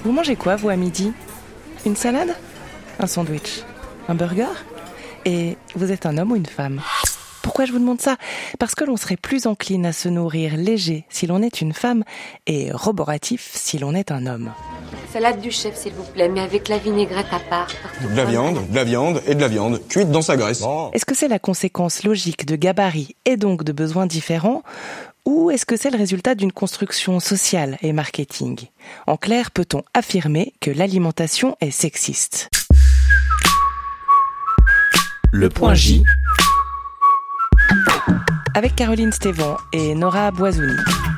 Vous mangez quoi, vous, à midi ? Une salade ? Un sandwich ? Un burger ? Et vous êtes un homme ou une femme ? Pourquoi je vous demande ça ? Parce que l'on serait plus encline à se nourrir léger si l'on est une femme et roboratif si l'on est un homme. Salade du chef, s'il vous plaît, mais avec la vinaigrette à part. De la viande et de la viande, cuite dans sa graisse. Est-ce que c'est la conséquence logique de gabarits et donc de besoins différents ? Ou est-ce que c'est le résultat d'une construction sociale et marketing ? En clair, peut-on affirmer que l'alimentation est sexiste ? Le point J. Avec Caroline Stévan et Nora Boisouni.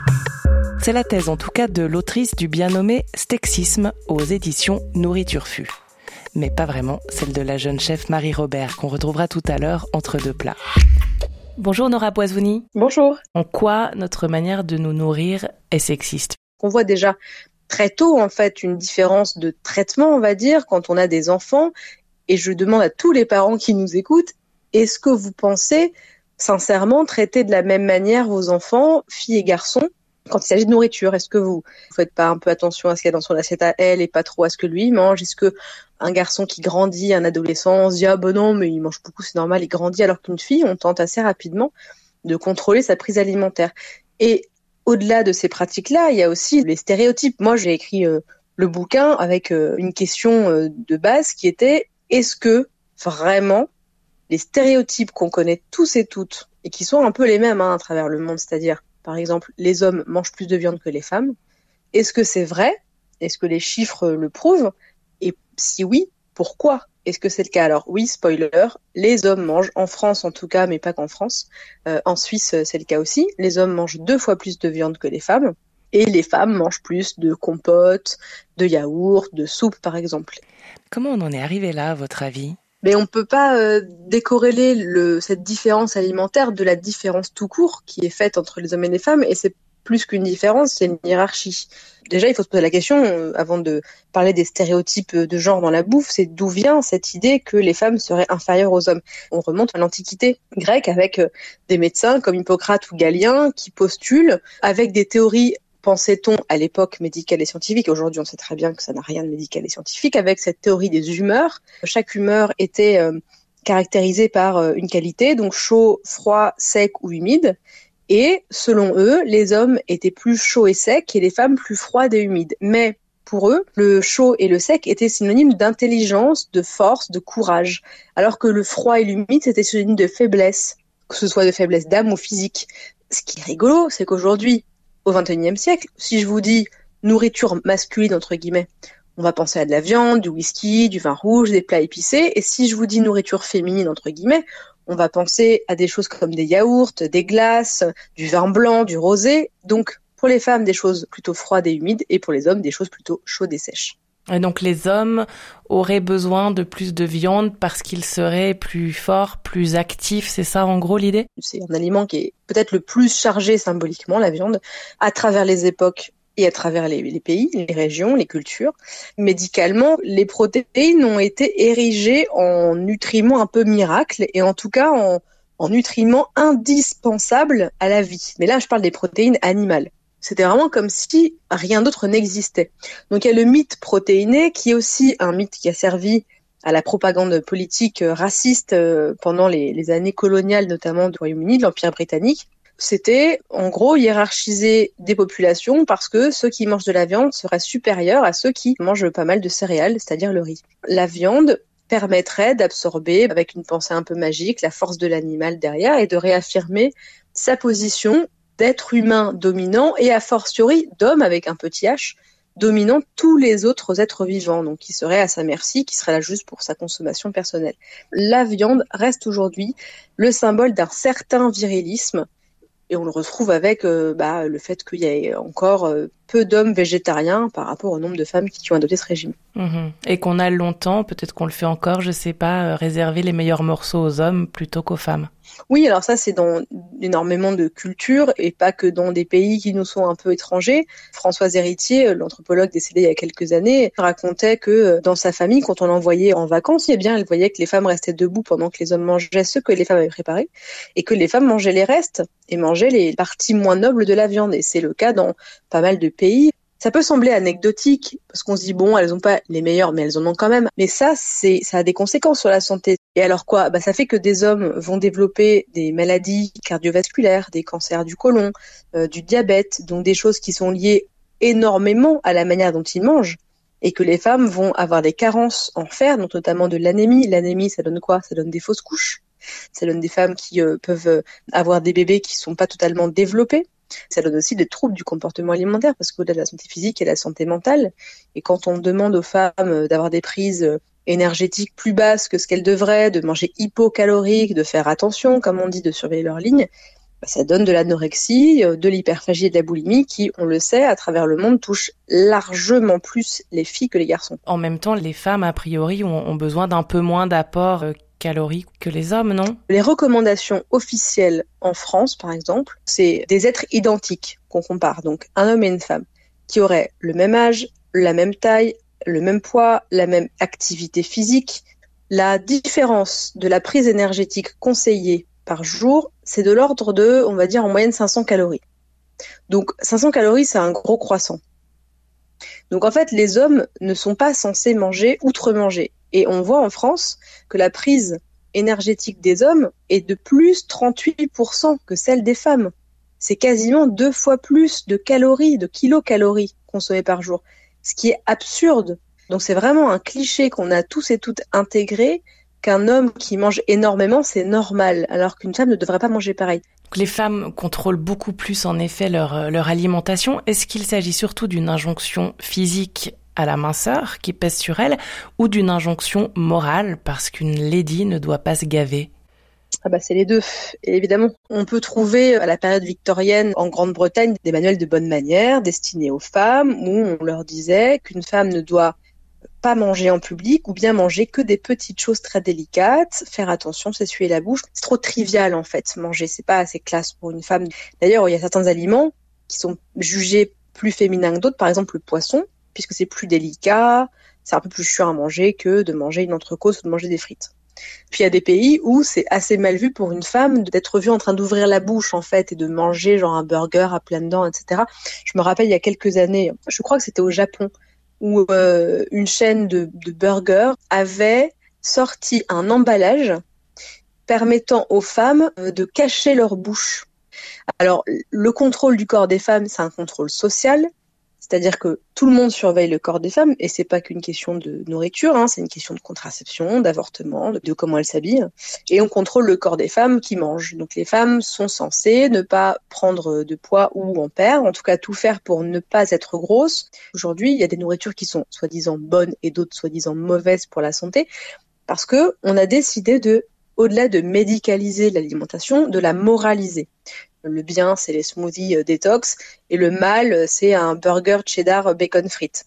C'est la thèse en tout cas de l'autrice du bien nommé Stexisme aux éditions Nourriture Fu. Mais pas vraiment celle de la jeune chef Marie Robert qu'on retrouvera tout à l'heure entre deux plats. Bonjour Nora Boisouni. Bonjour. En quoi notre manière de nous nourrir est sexiste ? On voit déjà très tôt en fait une différence de traitement, on va dire, quand on a des enfants. Et je demande à tous les parents qui nous écoutent, est-ce que vous pensez sincèrement traiter de la même manière vos enfants, filles et garçons, quand il s'agit de nourriture? Est-ce que vous faites pas un peu attention à ce qu'il y a dans son assiette à elle et pas trop à ce que lui mange? Est-ce que un garçon qui grandit, un adolescent, se dit « Ah ben non, mais il mange beaucoup, c'est normal, il grandit », alors qu'une fille, on tente assez rapidement de contrôler sa prise alimentaire. Et au-delà de ces pratiques-là, il y a aussi les stéréotypes. Moi, j'ai écrit le bouquin avec une question de base qui était « Est-ce que vraiment les stéréotypes qu'on connaît tous et toutes, et qui sont un peu les mêmes à travers le monde, c'est-à-dire, par exemple, les hommes mangent plus de viande que les femmes, est-ce que c'est vrai ? Est-ce que les chiffres le prouvent ? Et si oui, pourquoi est-ce que c'est le cas ? Alors oui, spoiler, les hommes mangent, en France en tout cas, mais pas qu'en France, en Suisse c'est le cas aussi, les hommes mangent 2 fois plus de viande que les femmes, et les femmes mangent plus de compotes, de yaourts, de soupe par exemple. Comment on en est arrivé là, à votre avis ? Mais on ne peut pas décorréler cette différence alimentaire de la différence tout court qui est faite entre les hommes et les femmes, et c'est plus qu'une différence, c'est une hiérarchie. Déjà, il faut se poser la question, avant de parler des stéréotypes de genre dans la bouffe, c'est d'où vient cette idée que les femmes seraient inférieures aux hommes. On remonte à l'Antiquité grecque avec des médecins comme Hippocrate ou Galien qui postulent avec des théories, pensait-on à l'époque médicale et scientifique. Aujourd'hui, on sait très bien que ça n'a rien de médical et scientifique, avec cette théorie des humeurs. Chaque humeur était caractérisée par une qualité, donc chaud, froid, sec ou humide. Et selon eux, les hommes étaient plus chauds et secs et les femmes plus froides et humides. Mais pour eux, le chaud et le sec étaient synonymes d'intelligence, de force, de courage. Alors que le froid et l'humide, c'était synonyme de faiblesse, que ce soit de faiblesse d'âme ou physique. Ce qui est rigolo, c'est qu'aujourd'hui, au XXIe siècle, si je vous dis nourriture masculine, entre guillemets, on va penser à de la viande, du whisky, du vin rouge, des plats épicés. Et si je vous dis nourriture féminine, entre guillemets, on va penser à des choses comme des yaourts, des glaces, du vin blanc, du rosé. Donc, pour les femmes, des choses plutôt froides et humides, et pour les hommes, des choses plutôt chaudes et sèches. Et donc, les hommes auraient besoin de plus de viande parce qu'ils seraient plus forts, plus actifs, c'est ça en gros l'idée ? C'est un aliment qui est peut-être le plus chargé symboliquement, la viande, à travers les époques et à travers les pays, les régions, les cultures. Médicalement, les protéines ont été érigées en nutriments un peu miracles, et en tout cas en nutriments indispensables à la vie. Mais là, je parle des protéines animales. C'était vraiment comme si rien d'autre n'existait. Donc il y a le mythe protéiné, qui est aussi un mythe qui a servi à la propagande politique raciste pendant les années coloniales, notamment du Royaume-Uni, de l'Empire britannique. C'était en gros hiérarchiser des populations parce que ceux qui mangent de la viande seraient supérieurs à ceux qui mangent pas mal de céréales, c'est-à-dire le riz. La viande permettrait d'absorber, avec une pensée un peu magique, la force de l'animal derrière et de réaffirmer sa position d'être humain dominant et a fortiori d'homme avec un petit h, dominant tous les autres êtres vivants, donc qui seraient à sa merci, qui seraient là juste pour sa consommation personnelle. La viande reste aujourd'hui le symbole d'un certain virilisme, et on le retrouve avec le fait qu'il y ait encore peu d'hommes végétariens par rapport au nombre de femmes qui ont adopté ce régime. Et qu'on a longtemps, peut-être qu'on le fait encore, je sais pas, réservé les meilleurs morceaux aux hommes plutôt qu'aux femmes. Oui, alors ça, c'est dans énormément de cultures et pas que dans des pays qui nous sont un peu étrangers. Françoise Héritier, l'anthropologue décédée il y a quelques années, racontait que dans sa famille, quand on l'envoyait en vacances, eh bien, elle voyait que les femmes restaient debout pendant que les hommes mangeaient ce que les femmes avaient préparé et que les femmes mangeaient les restes et mangeaient les parties moins nobles de la viande. Et c'est le cas dans pas mal de pays. Ça peut sembler anecdotique, parce qu'on se dit, bon, elles ont pas les meilleures, mais elles en ont quand même. Mais ça a des conséquences sur la santé. Et alors quoi? Ça fait que des hommes vont développer des maladies cardiovasculaires, des cancers du côlon, du diabète, donc des choses qui sont liées énormément à la manière dont ils mangent. Et que les femmes vont avoir des carences en fer, donc notamment de l'anémie. L'anémie, ça donne quoi? Ça donne des fausses couches. Ça donne des femmes qui peuvent avoir des bébés qui sont pas totalement développés. Ça donne aussi des troubles du comportement alimentaire, parce qu'au-delà de la santé physique, il y a la santé mentale. Et quand on demande aux femmes d'avoir des prises énergétiques plus basses que ce qu'elles devraient, de manger hypocalorique, de faire attention, comme on dit, de surveiller leur ligne, ça donne de l'anorexie, de l'hyperphagie et de la boulimie qui, on le sait, à travers le monde, touchent largement plus les filles que les garçons. En même temps, les femmes, a priori, ont besoin d'un peu moins d'apport calorique que les hommes, non? Les recommandations officielles en France, par exemple, c'est des êtres identiques qu'on compare, donc un homme et une femme, qui auraient le même âge, la même taille, le même poids, la même activité physique. La différence de la prise énergétique conseillée par jour, c'est de l'ordre de, on va dire, en moyenne 500 calories. Donc 500 calories, c'est un gros croissant. Donc en fait, les hommes ne sont pas censés manger outre-manger. Et on voit en France que la prise énergétique des hommes est de plus 38% que celle des femmes. C'est quasiment 2 fois plus de calories, de kilocalories consommées par jour, ce qui est absurde. Donc c'est vraiment un cliché qu'on a tous et toutes intégré, qu'un homme qui mange énormément, c'est normal, alors qu'une femme ne devrait pas manger pareil. Les femmes contrôlent beaucoup plus en effet leur alimentation. Est-ce qu'il s'agit surtout d'une injonction physique à la minceur qui pèse sur elles, ou d'une injonction morale parce qu'une lady ne doit pas se gaver? C'est les deux. Et évidemment, on peut trouver à la période victorienne en Grande-Bretagne des manuels de bonne manière destinés aux femmes où on leur disait qu'une femme ne doit pas manger en public ou bien manger que des petites choses très délicates, faire attention, s'essuyer la bouche. C'est trop trivial en fait, manger, c'est pas assez classe pour une femme. D'ailleurs, il y a certains aliments qui sont jugés plus féminins que d'autres, par exemple le poisson, puisque c'est plus délicat, c'est un peu plus chiant à manger que de manger une entrecôte ou de manger des frites. Puis il y a des pays où c'est assez mal vu pour une femme d'être vue en train d'ouvrir la bouche en fait et de manger genre un burger à pleines dents, etc. Je me rappelle il y a quelques années, je crois que c'était au Japon, où une chaîne de burgers avait sorti un emballage permettant aux femmes de cacher leur bouche. Alors, le contrôle du corps des femmes, c'est un contrôle social, c'est-à-dire que tout le monde surveille le corps des femmes, et c'est pas qu'une question de nourriture, c'est une question de contraception, d'avortement, de comment elles s'habillent, et on contrôle le corps des femmes qui mangent. Donc les femmes sont censées ne pas prendre de poids ou en perdre, en tout cas tout faire pour ne pas être grosses. Aujourd'hui, il y a des nourritures qui sont soi-disant bonnes et d'autres soi-disant mauvaises pour la santé, parce que on a décidé de, au-delà de médicaliser l'alimentation, de la moraliser. Le bien, c'est les smoothies détox, et le mal, c'est un burger cheddar bacon frites.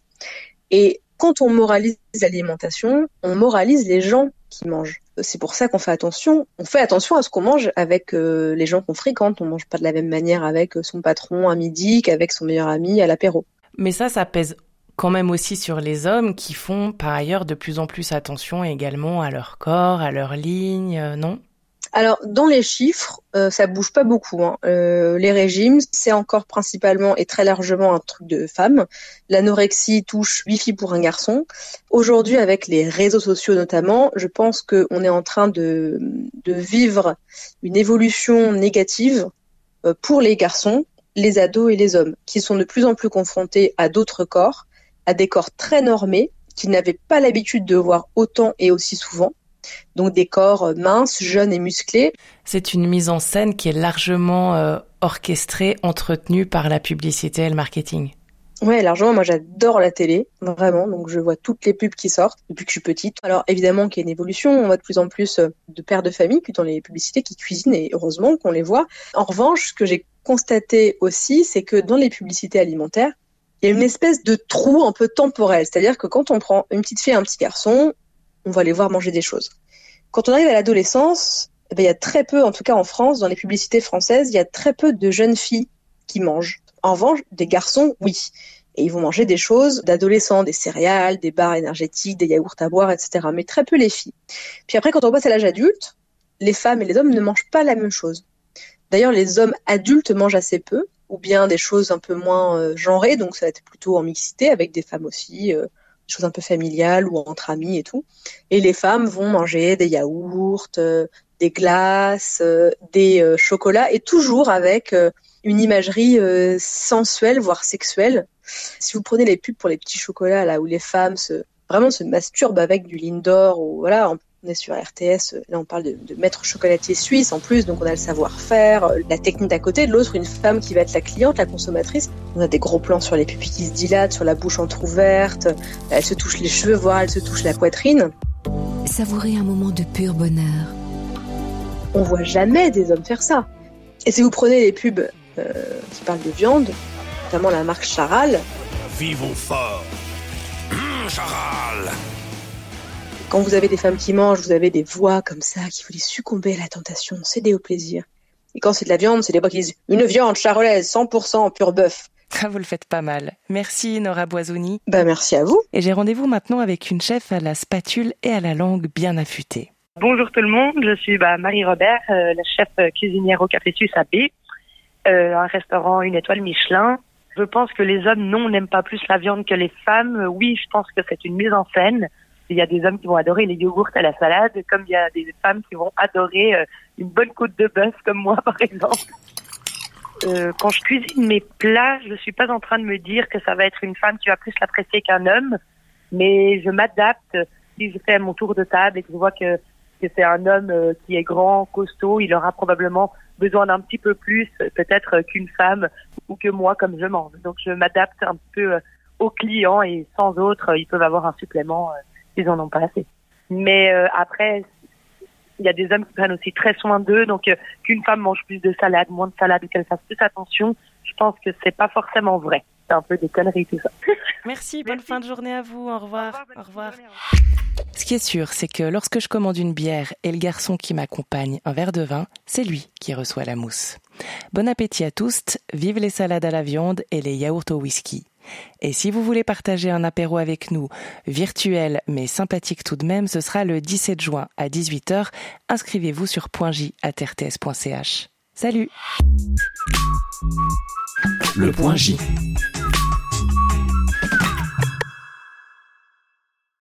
Et quand on moralise l'alimentation, on moralise les gens qui mangent. C'est pour ça qu'on fait attention. On fait attention à ce qu'on mange avec les gens qu'on fréquente. On mange pas de la même manière avec son patron à midi qu'avec son meilleur ami à l'apéro. Mais ça pèse quand même aussi sur les hommes qui font par ailleurs de plus en plus attention également à leur corps, à leur ligne, non ? Alors, dans les chiffres, ça bouge pas beaucoup. Les régimes, c'est encore principalement et très largement un truc de femmes. L'anorexie touche 8 filles pour un garçon. Aujourd'hui, avec les réseaux sociaux notamment, je pense qu'on est en train de vivre une évolution négative pour les garçons, les ados et les hommes, qui sont de plus en plus confrontés à d'autres corps, à des corps très normés, qu'ils n'avaient pas l'habitude de voir autant et aussi souvent. Donc des corps minces, jeunes et musclés. C'est une mise en scène qui est largement orchestrée, entretenue par la publicité et le marketing. Ouais, largement. Moi, j'adore la télé, vraiment. Donc, je vois toutes les pubs qui sortent depuis que je suis petite. Alors, évidemment qu'il y a une évolution. On voit de plus en plus de pères de famille dans les publicités qui cuisinent et heureusement qu'on les voit. En revanche, ce que j'ai constaté aussi, c'est que dans les publicités alimentaires, il y a une espèce de trou un peu temporel. C'est-à-dire que quand on prend une petite fille et un petit garçon, on va les voir manger des choses. Quand on arrive à l'adolescence, il y a très peu, en tout cas en France, dans les publicités françaises, il y a très peu de jeunes filles qui mangent. En revanche, des garçons, oui. Et ils vont manger des choses d'adolescents, des céréales, des barres énergétiques, des yaourts à boire, etc. Mais très peu les filles. Puis après, quand on passe à l'âge adulte, les femmes et les hommes ne mangent pas la même chose. D'ailleurs, les hommes adultes mangent assez peu. ou bien des choses un peu moins genrées, donc ça va être plutôt en mixité avec des femmes aussi, des choses un peu familiales ou entre amis et tout. Et les femmes vont manger des yaourts, des glaces, des chocolats, et toujours avec une imagerie sensuelle, voire sexuelle. Si vous prenez les pubs pour les petits chocolats, là où les femmes se masturbent avec du Lindor, ou voilà, on est sur RTS, là on parle de maître chocolatier suisse en plus, donc on a le savoir-faire, la technique d'à côté, de l'autre une femme qui va être la cliente, la consommatrice. On a des gros plans sur les pupilles qui se dilatent, sur la bouche entrouverte, elle se touche les cheveux, voire elle se touche la poitrine. Savourez un moment de pur bonheur. On voit jamais des hommes faire ça. Et si vous prenez les pubs qui parlent de viande, notamment la marque Charal. Vivons fort. Charal. Quand vous avez des femmes qui mangent, vous avez des voix comme ça qui vous disent succomber à la tentation, céder au plaisir. Et quand c'est de la viande, c'est des voix qui disent une viande charolaise, 100% pur bœuf. Ah, vous le faites pas mal. Merci Nora Boisouni. Merci à vous. Et j'ai rendez-vous maintenant avec une chef à la spatule et à la langue bien affûtée. Bonjour tout le monde, je suis Marie Robert, la chef cuisinière au Café Suisse à B, un restaurant 1 étoile Michelin. Je pense que les hommes, non, n'aiment pas plus la viande que les femmes. Oui, je pense que c'est une mise en scène. Il y a des hommes qui vont adorer les yogourts à la salade, comme il y a des femmes qui vont adorer une bonne côte de bœuf, comme moi par exemple. Quand je cuisine mes plats, je suis pas en train de me dire que ça va être une femme qui va plus l'apprécier qu'un homme, mais je m'adapte. Si je fais mon tour de table et que je vois que c'est un homme qui est grand, costaud, il aura probablement besoin d'un petit peu plus peut-être qu'une femme ou que moi comme je mange. Donc je m'adapte un peu aux clients et sans autre, ils peuvent avoir un supplément s'ils en ont pas assez. Mais après, il y a des hommes qui prennent aussi très soin d'eux, donc qu'une femme mange plus de salade, moins de salade, ou qu'elle fasse plus attention, je pense que c'est pas forcément vrai. C'est un peu des conneries tout ça. Merci, bonne fin de journée à vous, au revoir. Au revoir. Journée. Ce qui est sûr, c'est que lorsque je commande une bière et le garçon qui m'accompagne un verre de vin, c'est lui qui reçoit la mousse. Bon appétit à tous, vive les salades à la viande et les yaourts au whisky. Et si vous voulez partager un apéro avec nous, virtuel mais sympathique tout de même, ce sera le 17 juin à 18h. Inscrivez-vous sur .j@rts.ch. Salut! Le point J.